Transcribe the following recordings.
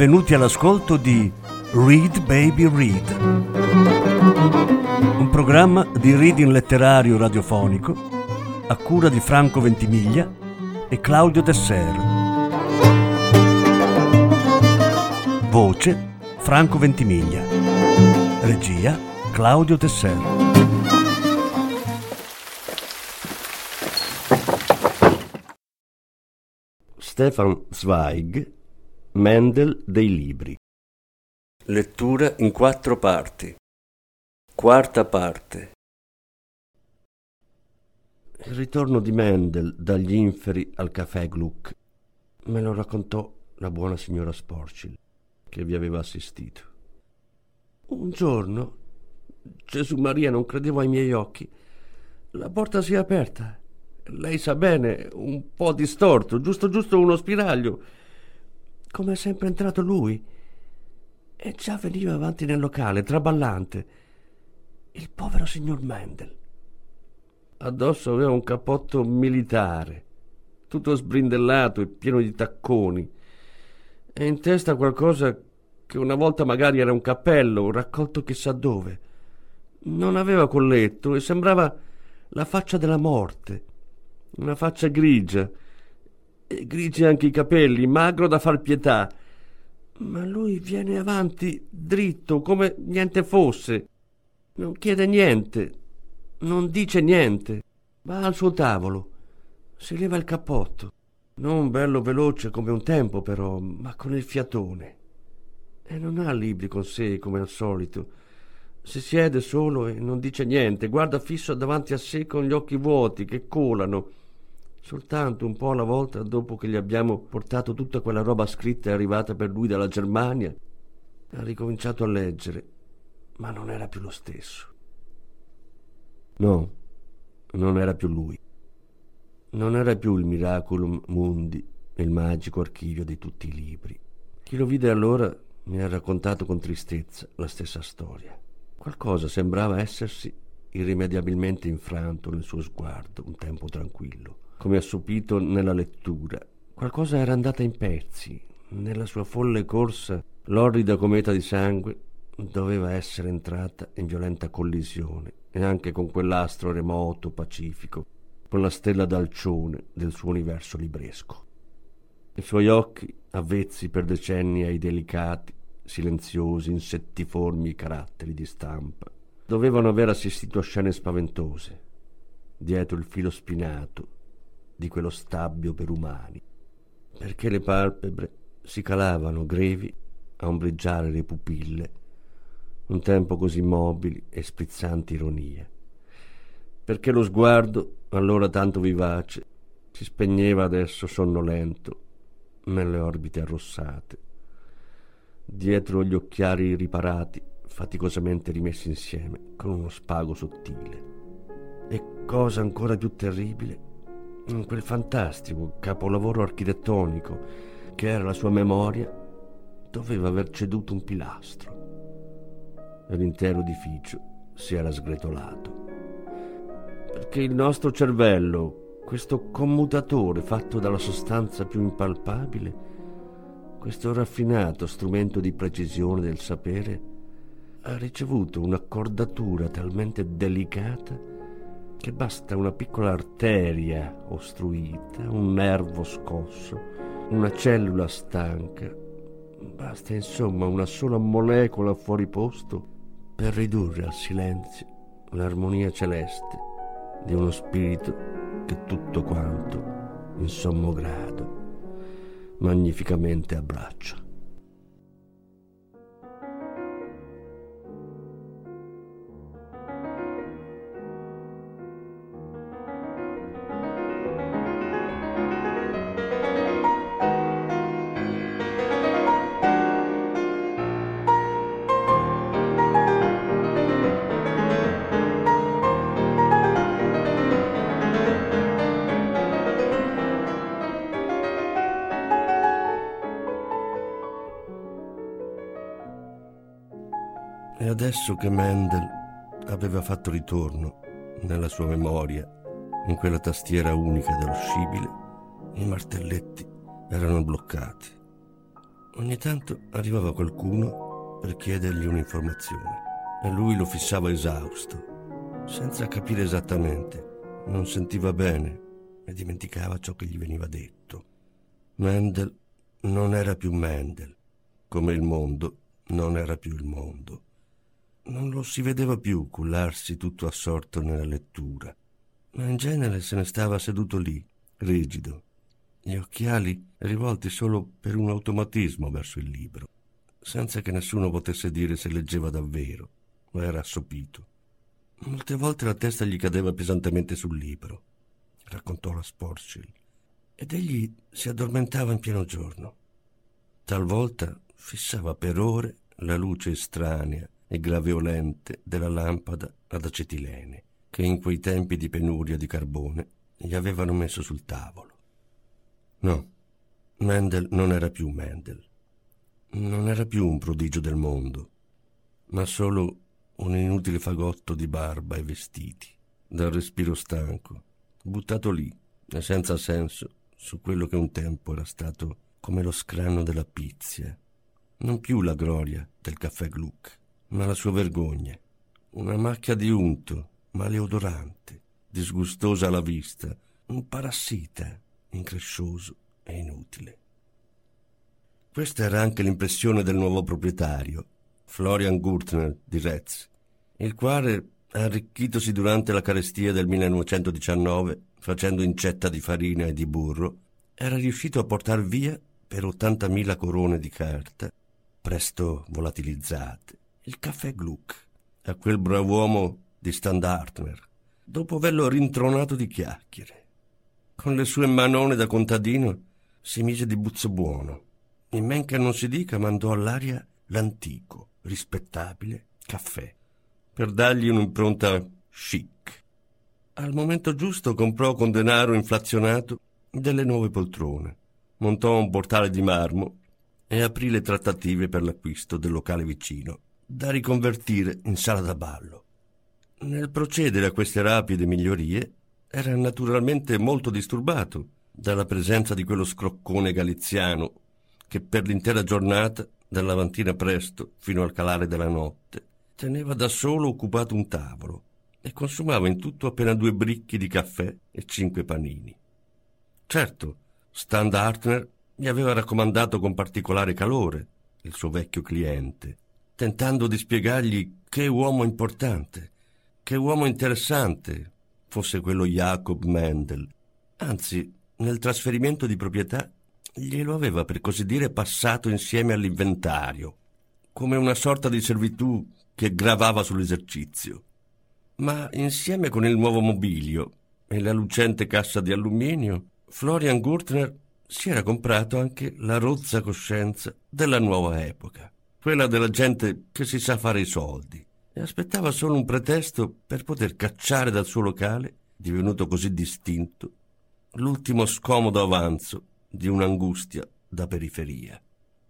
benvenuti all'ascolto di Read Baby Read, un programma di reading letterario radiofonico a cura di Franco Ventimiglia e Claudio Desser. Voce Franco Ventimiglia. Regia Claudio Desser. Stefan Zweig, Mendel dei libri. Lettura in 4 parti. Quarta parte. Il ritorno di Mendel dagli inferi al caffè Gluck me lo raccontò la buona signora Sporcil, che vi aveva assistito. Un giorno, Gesù Maria, non credevo ai miei occhi. La porta si è aperta. Lei sa bene, un po' distorto, giusto uno spiraglio. Come è sempre entrato lui. E già veniva avanti nel locale, traballante. Il povero signor Mendel. Addosso aveva un cappotto militare, tutto sbrindellato e pieno di tacconi, e in testa qualcosa che una volta magari era un cappello raccolto chissà dove. Non aveva colletto e sembrava la faccia della morte, una faccia grigia, e grigi anche i capelli, magro da far pietà. Ma lui viene avanti dritto, come niente fosse. Non chiede niente, non dice niente. Va al suo tavolo, si leva il cappotto. Non bello veloce come un tempo, però, ma con il fiatone. E non ha libri con sé, come al solito. Si siede solo e non dice niente, guarda fisso davanti a sé con gli occhi vuoti che colano. Soltanto un po' alla volta, dopo che gli abbiamo portato tutta quella roba scritta arrivata per lui dalla Germania, ha ricominciato a leggere, ma non era più lo stesso. No, non era più lui. Non era più il Miraculum Mundi, il magico archivio di tutti i libri. Chi lo vide allora mi ha raccontato con tristezza la stessa storia. Qualcosa sembrava essersi irrimediabilmente infranto nel suo sguardo, un tempo tranquillo, come assopito nella lettura. Qualcosa era andata in pezzi. Nella sua folle corsa, l'orrida cometa di sangue doveva essere entrata in violenta collisione, e anche con quell'astro remoto, pacifico, con la stella d'alcione del suo universo libresco. I suoi occhi, avvezzi per decenni ai delicati, silenziosi, insettiformi caratteri di stampa, dovevano aver assistito a scene spaventose, dietro il filo spinato di quello stabbio per umani, perché le palpebre si calavano grevi a ombreggiare le pupille, un tempo così mobili e sprizzanti ironia, perché lo sguardo, allora tanto vivace, si spegneva adesso sonnolento nelle orbite arrossate, dietro gli occhiali riparati, faticosamente rimessi insieme con uno spago sottile. E cosa ancora più terribile, in quel fantastico capolavoro architettonico che era la sua memoria, doveva aver ceduto un pilastro e l'intero edificio si era sgretolato, perché il nostro cervello, questo commutatore fatto dalla sostanza più impalpabile, questo raffinato strumento di precisione del sapere, ha ricevuto un'accordatura talmente delicata che basta una piccola arteria ostruita, un nervo scosso, una cellula stanca, basta insomma una sola molecola fuori posto per ridurre al silenzio l'armonia celeste di uno spirito che tutto quanto, in sommo grado, magnificamente abbraccia. E adesso che Mendel aveva fatto ritorno nella sua memoria, in quella tastiera unica dello scibile, i martelletti erano bloccati. Ogni tanto arrivava qualcuno per chiedergli un'informazione e lui lo fissava esausto, senza capire esattamente. Non sentiva bene e dimenticava ciò che gli veniva detto. Mendel non era più Mendel, come il mondo non era più il mondo. Non lo si vedeva più cullarsi tutto assorto nella lettura, ma in genere se ne stava seduto lì, rigido, gli occhiali rivolti solo per un automatismo verso il libro, senza che nessuno potesse dire se leggeva davvero o era assopito. Molte volte la testa gli cadeva pesantemente sul libro, raccontò la Sporchil, ed egli si addormentava in pieno giorno. Talvolta fissava per ore la luce estranea e graveolente della lampada ad acetilene che in quei tempi di penuria di carbone gli avevano messo sul tavolo. No, Mendel non era più Mendel. Non era più un prodigio del mondo, ma solo un inutile fagotto di barba e vestiti, dal respiro stanco, buttato lì e senza senso su quello che un tempo era stato come lo scranno della Pizia, non più la gloria del caffè Gluck, ma la sua vergogna, una macchia di unto, maleodorante, disgustosa alla vista, un parassita, increscioso e inutile. Questa era anche l'impressione del nuovo proprietario, Florian Gurtner di Retz, il quale, arricchitosi durante la carestia del 1919, facendo incetta di farina e di burro, era riuscito a portar via per 80.000 corone di carta, presto volatilizzate, il caffè Gluck a quel brav'uomo di Standartner, dopo averlo rintronato di chiacchiere. Con le sue manone da contadino si mise di buzzo buono. In men che non si dica, mandò all'aria l'antico, rispettabile caffè, per dargli un'impronta chic. Al momento giusto comprò con denaro inflazionato delle nuove poltrone, montò un portale di marmo e aprì le trattative per l'acquisto del locale vicino, da riconvertire in sala da ballo. Nel procedere a queste rapide migliorie era naturalmente molto disturbato dalla presenza di quello scroccone galiziano che per l'intera giornata, dalla mattina presto fino al calare della notte, teneva da solo occupato un tavolo e consumava in tutto appena 2 bricchi di caffè e 5 panini. Certo, Standartner gli aveva raccomandato con particolare calore il suo vecchio cliente, tentando di spiegargli che uomo importante, che uomo interessante fosse quello Jacob Mendel. Anzi, nel trasferimento di proprietà glielo aveva per così dire passato insieme all'inventario, come una sorta di servitù che gravava sull'esercizio. Ma insieme con il nuovo mobilio e la lucente cassa di alluminio, Florian Gurtner si era comprato anche la rozza coscienza della nuova epoca, quella della gente che si sa fare i soldi, e aspettava solo un pretesto per poter cacciare dal suo locale, divenuto così distinto, l'ultimo scomodo avanzo di un'angustia da periferia.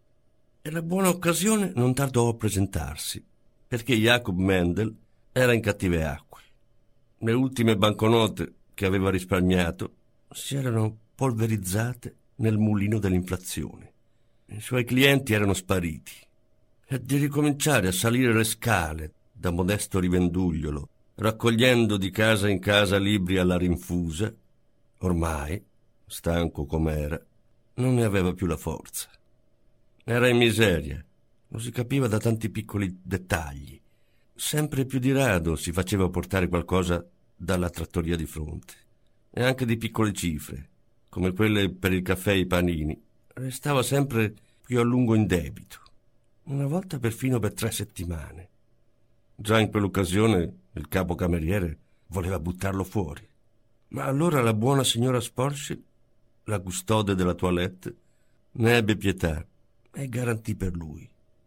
E la buona occasione non tardò a presentarsi, perché Jacob Mendel era in cattive acque. Le ultime banconote che aveva risparmiato si erano polverizzate nel mulino dell'inflazione. I suoi clienti erano spariti e di ricominciare a salire le scale da modesto rivendugliolo, raccogliendo di casa in casa libri alla rinfusa, ormai, stanco com'era, non ne aveva più la forza. Era in miseria, lo si capiva da tanti piccoli dettagli. Sempre più di rado si faceva portare qualcosa dalla trattoria di fronte, e anche di piccole cifre, come quelle per il caffè e i panini, restava sempre più a lungo in debito, una volta perfino per 3 settimane. Già in quell'occasione il capo cameriere voleva buttarlo fuori, ma allora la buona signora Sporchil, la custode della toilette, ne ebbe pietà e garantì per lui.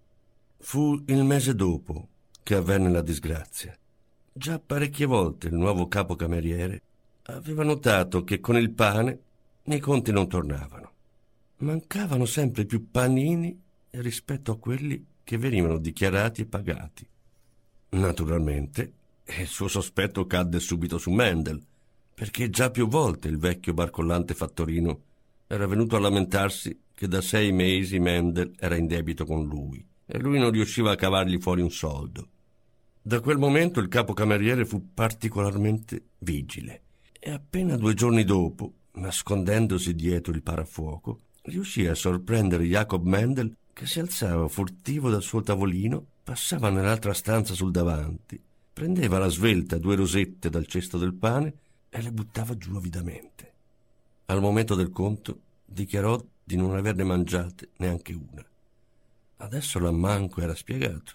Fu il mese dopo che avvenne la disgrazia. Già parecchie volte il nuovo capo cameriere aveva notato che con il pane i conti non tornavano. Mancavano sempre più panini rispetto a quelli che venivano dichiarati e pagati. Naturalmente, il suo sospetto cadde subito su Mendel, perché già più volte il vecchio barcollante fattorino era venuto a lamentarsi che da 6 mesi Mendel era in debito con lui e lui non riusciva a cavargli fuori un soldo. Da quel momento il capocameriere fu particolarmente vigile e appena 2 giorni dopo, nascondendosi dietro il parafuoco, riuscì a sorprendere Jacob Mendel che si alzava furtivo dal suo tavolino, passava nell'altra stanza sul davanti, prendeva alla svelta 2 rosette dal cesto del pane e le buttava giù avidamente. Al momento del conto dichiarò di non averne mangiate neanche una. Adesso l'ammanco era spiegato.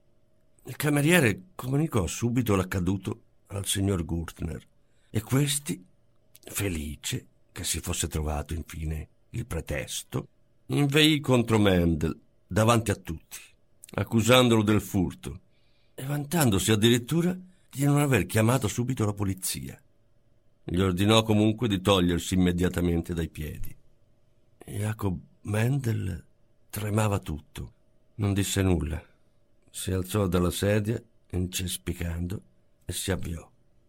Il cameriere comunicò subito l'accaduto al signor Gurtner e questi, felice che si fosse trovato infine il pretesto, inveì contro Mendel davanti a tutti, accusandolo del furto e vantandosi addirittura di non aver chiamato subito la polizia. Gli ordinò comunque di togliersi immediatamente dai piedi. Jacob Mendel tremava tutto, non disse nulla. Si alzò dalla sedia, incespicando, e si avviò.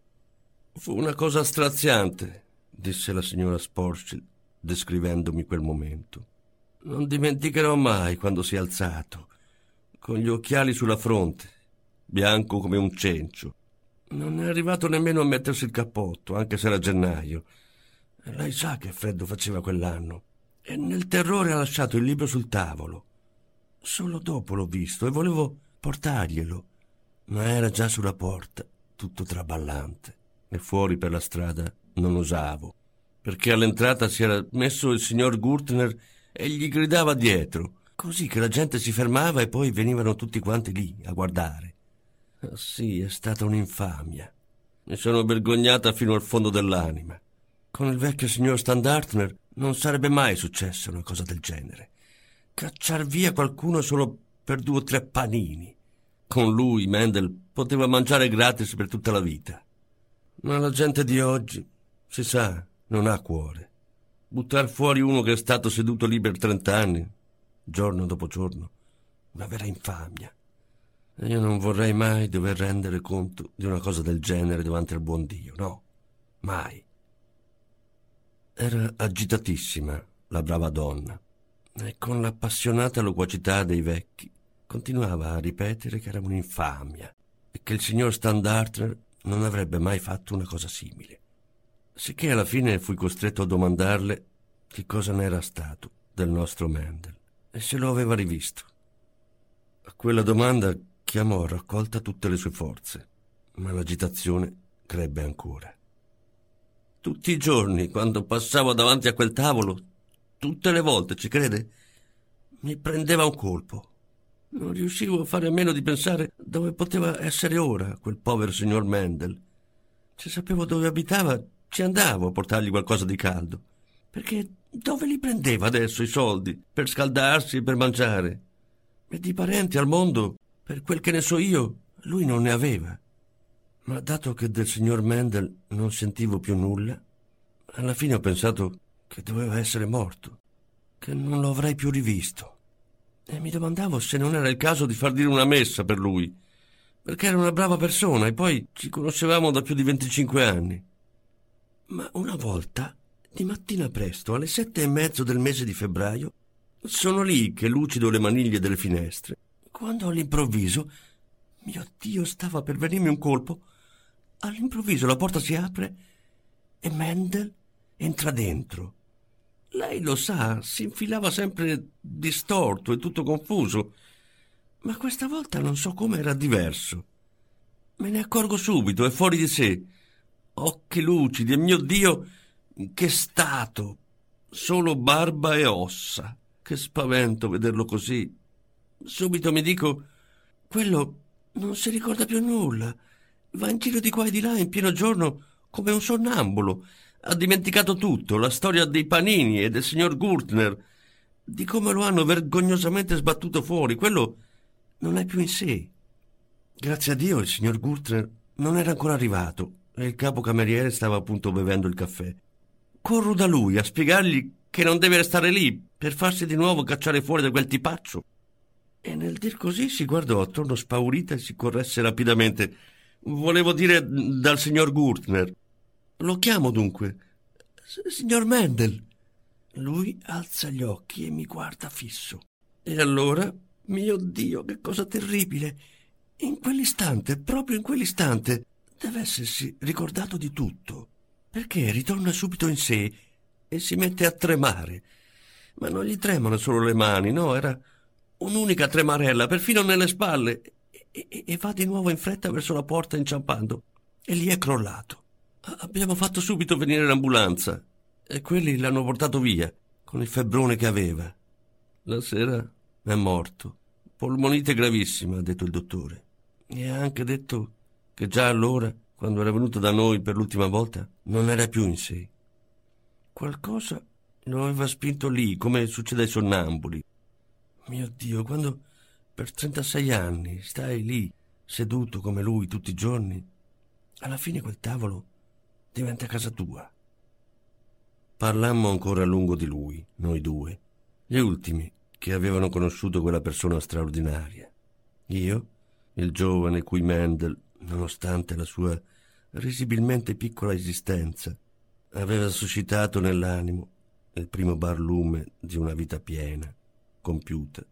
«Fu una cosa straziante», disse la signora Sporchil, descrivendomi quel momento. «Non dimenticherò mai quando si è alzato, con gli occhiali sulla fronte, bianco come un cencio. Non è arrivato nemmeno a mettersi il cappotto, anche se era gennaio. E lei sa che freddo faceva quell'anno. E nel terrore ha lasciato il libro sul tavolo. Solo dopo l'ho visto e volevo portarglielo, ma era già sulla porta, tutto traballante, e fuori per la strada non osavo, perché all'entrata si era messo il signor Gurtner e gli gridava dietro, così che la gente si fermava e poi venivano tutti quanti lì a guardare. Ah, sì, è stata un'infamia. Mi sono vergognata fino al fondo dell'anima. Con il vecchio signor Standartner non sarebbe mai successa una cosa del genere. Cacciar via qualcuno solo per 2 o 3 panini. Con lui Mendel poteva mangiare gratis per tutta la vita. Ma la gente di oggi, si sa, non ha cuore. Buttar fuori uno che è stato seduto lì per 30 anni, giorno dopo giorno, una vera infamia. E io non vorrei mai dover rendere conto di una cosa del genere davanti al buon Dio, no, mai. Era agitatissima la brava donna e con l'appassionata loquacità dei vecchi continuava a ripetere che era un'infamia e che il signor Standartner non avrebbe mai fatto una cosa simile. Sicché alla fine fui costretto a domandarle che cosa ne era stato del nostro Mendel e se lo aveva rivisto. A quella domanda chiamò a raccolta tutte le sue forze, ma l'agitazione crebbe ancora. Tutti i giorni, quando passavo davanti a quel tavolo, tutte le volte, ci crede, mi prendeva un colpo. Non riuscivo a fare a meno di pensare dove poteva essere ora quel povero signor Mendel. Se sapevo dove abitava, ci andavo a portargli qualcosa di caldo. Perché dove li prendeva adesso i soldi per scaldarsi e per mangiare? E di parenti al mondo, per quel che ne so io, lui non ne aveva. Ma dato che del signor Mendel non sentivo più nulla, alla fine ho pensato che doveva essere morto, che non lo avrei più rivisto. E mi domandavo se non era il caso di far dire una messa per lui, perché era una brava persona e poi ci conoscevamo da più di 25 anni. Ma una volta, di mattina presto, alle 7:30 del mese di febbraio, sono lì che lucido le maniglie delle finestre, quando all'improvviso, mio Dio, stava per venirmi un colpo, all'improvviso la porta si apre e Mendel entra dentro. Lei lo sa, si infilava sempre distorto e tutto confuso, ma questa volta non so come era diverso. Me ne accorgo subito, è fuori di sé. Occhi lucidi e mio Dio, che stato! Solo barba e ossa. Che spavento vederlo così. Subito mi dico, quello non si ricorda più nulla. Va in giro di qua e di là in pieno giorno come un sonnambulo. Ha dimenticato tutto, la storia dei panini e del signor Gurtner, di come lo hanno vergognosamente sbattuto fuori. Quello non è più in sé. Grazie a Dio il signor Gurtner non era ancora arrivato e il capocameriere stava appunto bevendo il caffè. Corro da lui a spiegargli che non deve restare lì per farsi di nuovo cacciare fuori da quel tipaccio. E nel dir così si guardò attorno spaurita e si corresse rapidamente. Volevo dire dal signor Gurtner. Lo chiamo dunque. Signor Mendel. Lui alza gli occhi e mi guarda fisso. E allora, mio Dio, che cosa terribile! In quell'istante, proprio in quell'istante, deve essersi ricordato di tutto, perché ritorna subito in sé e si mette a tremare. Ma non gli tremano solo le mani, no, era un'unica tremarella, perfino nelle spalle, e va di nuovo in fretta verso la porta inciampando. E lì è crollato. Abbiamo fatto subito venire l'ambulanza e quelli l'hanno portato via con il febbrone che aveva. La sera è morto. Polmonite gravissima, ha detto il dottore. E ha anche detto che già allora, quando era venuto da noi per l'ultima volta, non era più in sé. Qualcosa lo aveva spinto lì, come succede ai sonnambuli. Mio Dio, quando per 36 anni stai lì, seduto come lui tutti i giorni, alla fine quel tavolo diventa casa tua. Parlammo ancora a lungo di lui, noi due, gli ultimi che avevano conosciuto quella persona straordinaria. Io, il giovane cui Mendel, nonostante la sua risibilmente piccola esistenza, aveva suscitato nell'animo il primo barlume di una vita piena, compiuta.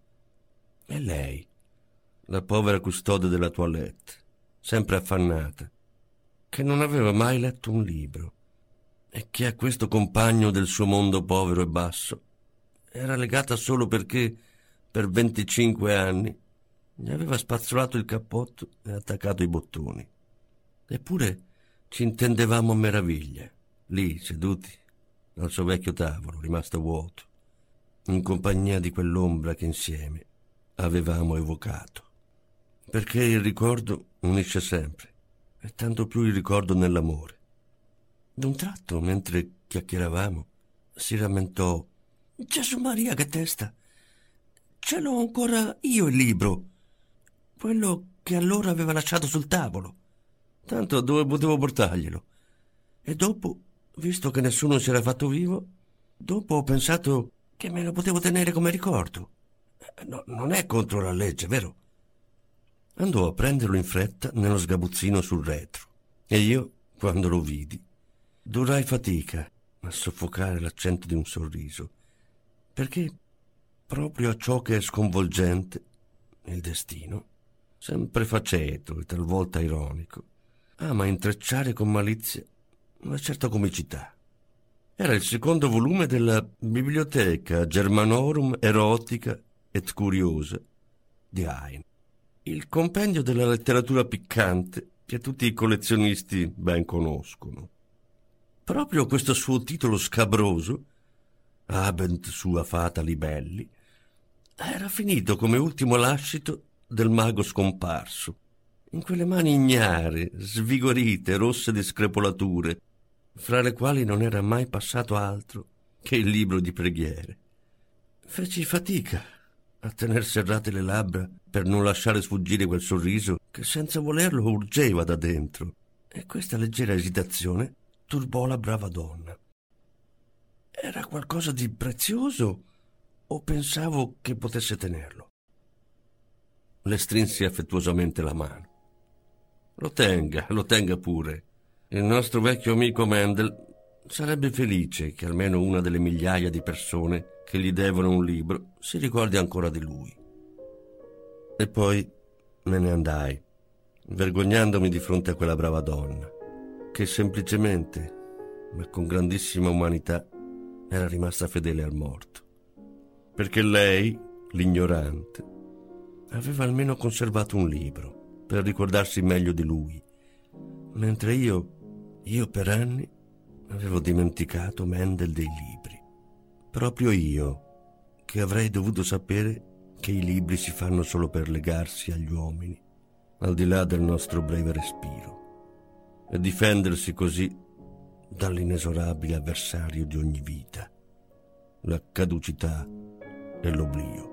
E lei, la povera custode della toilette, sempre affannata, che non aveva mai letto un libro e che a questo compagno del suo mondo povero e basso era legata solo perché per 25 anni gli aveva spazzolato il cappotto e attaccato i bottoni. Eppure ci intendevamo a meraviglia, lì seduti al suo vecchio tavolo rimasto vuoto, in compagnia di quell'ombra che insieme avevamo evocato. Perché il ricordo unisce sempre, e tanto più il ricordo nell'amore. D'un tratto, mentre chiacchieravamo, si rammentò: Gesù Maria, che testa! Ce l'ho ancora io il libro, quello che allora aveva lasciato sul tavolo. Tanto dove potevo portarglielo? E dopo, visto che nessuno si era fatto vivo, dopo ho pensato che me lo potevo tenere come ricordo. No, non è contro la legge, vero? Andò a prenderlo in fretta nello sgabuzzino sul retro e io, quando lo vidi, durai fatica a soffocare l'accento di un sorriso, perché proprio a ciò che è sconvolgente, il destino, sempre faceto e talvolta ironico, ama intrecciare con malizia una certa comicità. Era il secondo volume della Bibliotheca Germanorum Erotica et Curiosa di Heine, il compendio della letteratura piccante che tutti i collezionisti ben conoscono. Proprio questo suo titolo scabroso, Abent sua fata libelli, era finito come ultimo lascito del mago scomparso, in quelle mani ignare, svigorite, rosse di screpolature, fra le quali non era mai passato altro che il libro di preghiere. Feci fatica a tener serrate le labbra per non lasciare sfuggire quel sorriso che senza volerlo urgeva da dentro, e questa leggera esitazione turbò la brava donna. Era qualcosa di prezioso o pensavo che potesse tenerlo? Le strinsi affettuosamente la mano. Lo tenga pure. Il nostro vecchio amico Mendel sarebbe felice che almeno una delle migliaia di persone che gli devono un libro si ricordi ancora di lui. E poi me ne andai, vergognandomi di fronte a quella brava donna, che semplicemente, ma con grandissima umanità, era rimasta fedele al morto. Perché lei, l'ignorante, aveva almeno conservato un libro per ricordarsi meglio di lui, mentre io per anni avevo dimenticato Mendel dei libri. Proprio io, che avrei dovuto sapere che i libri si fanno solo per legarsi agli uomini, al di là del nostro breve respiro, e difendersi così dall'inesorabile avversario di ogni vita, la caducità e l'oblio.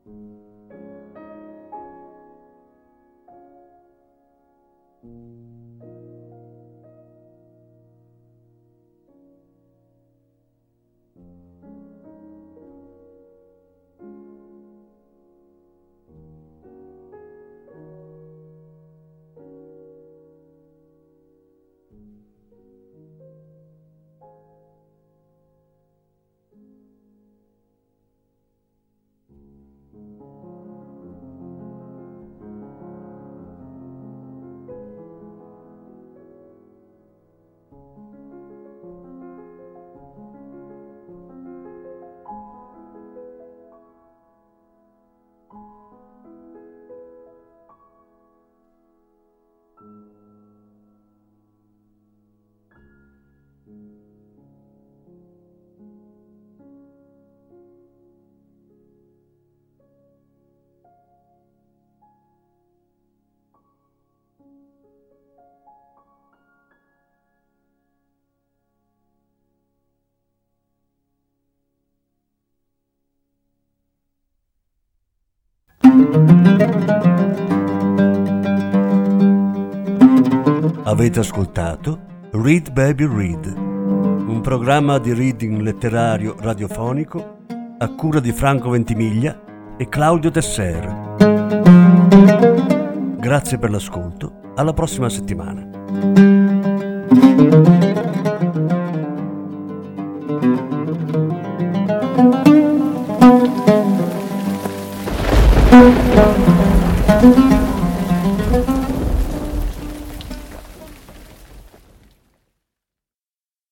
Avete ascoltato Read Baby Read, un programma di reading letterario radiofonico a cura di Franco Ventimiglia e Claudio Tesser. Grazie per l'ascolto, alla prossima settimana.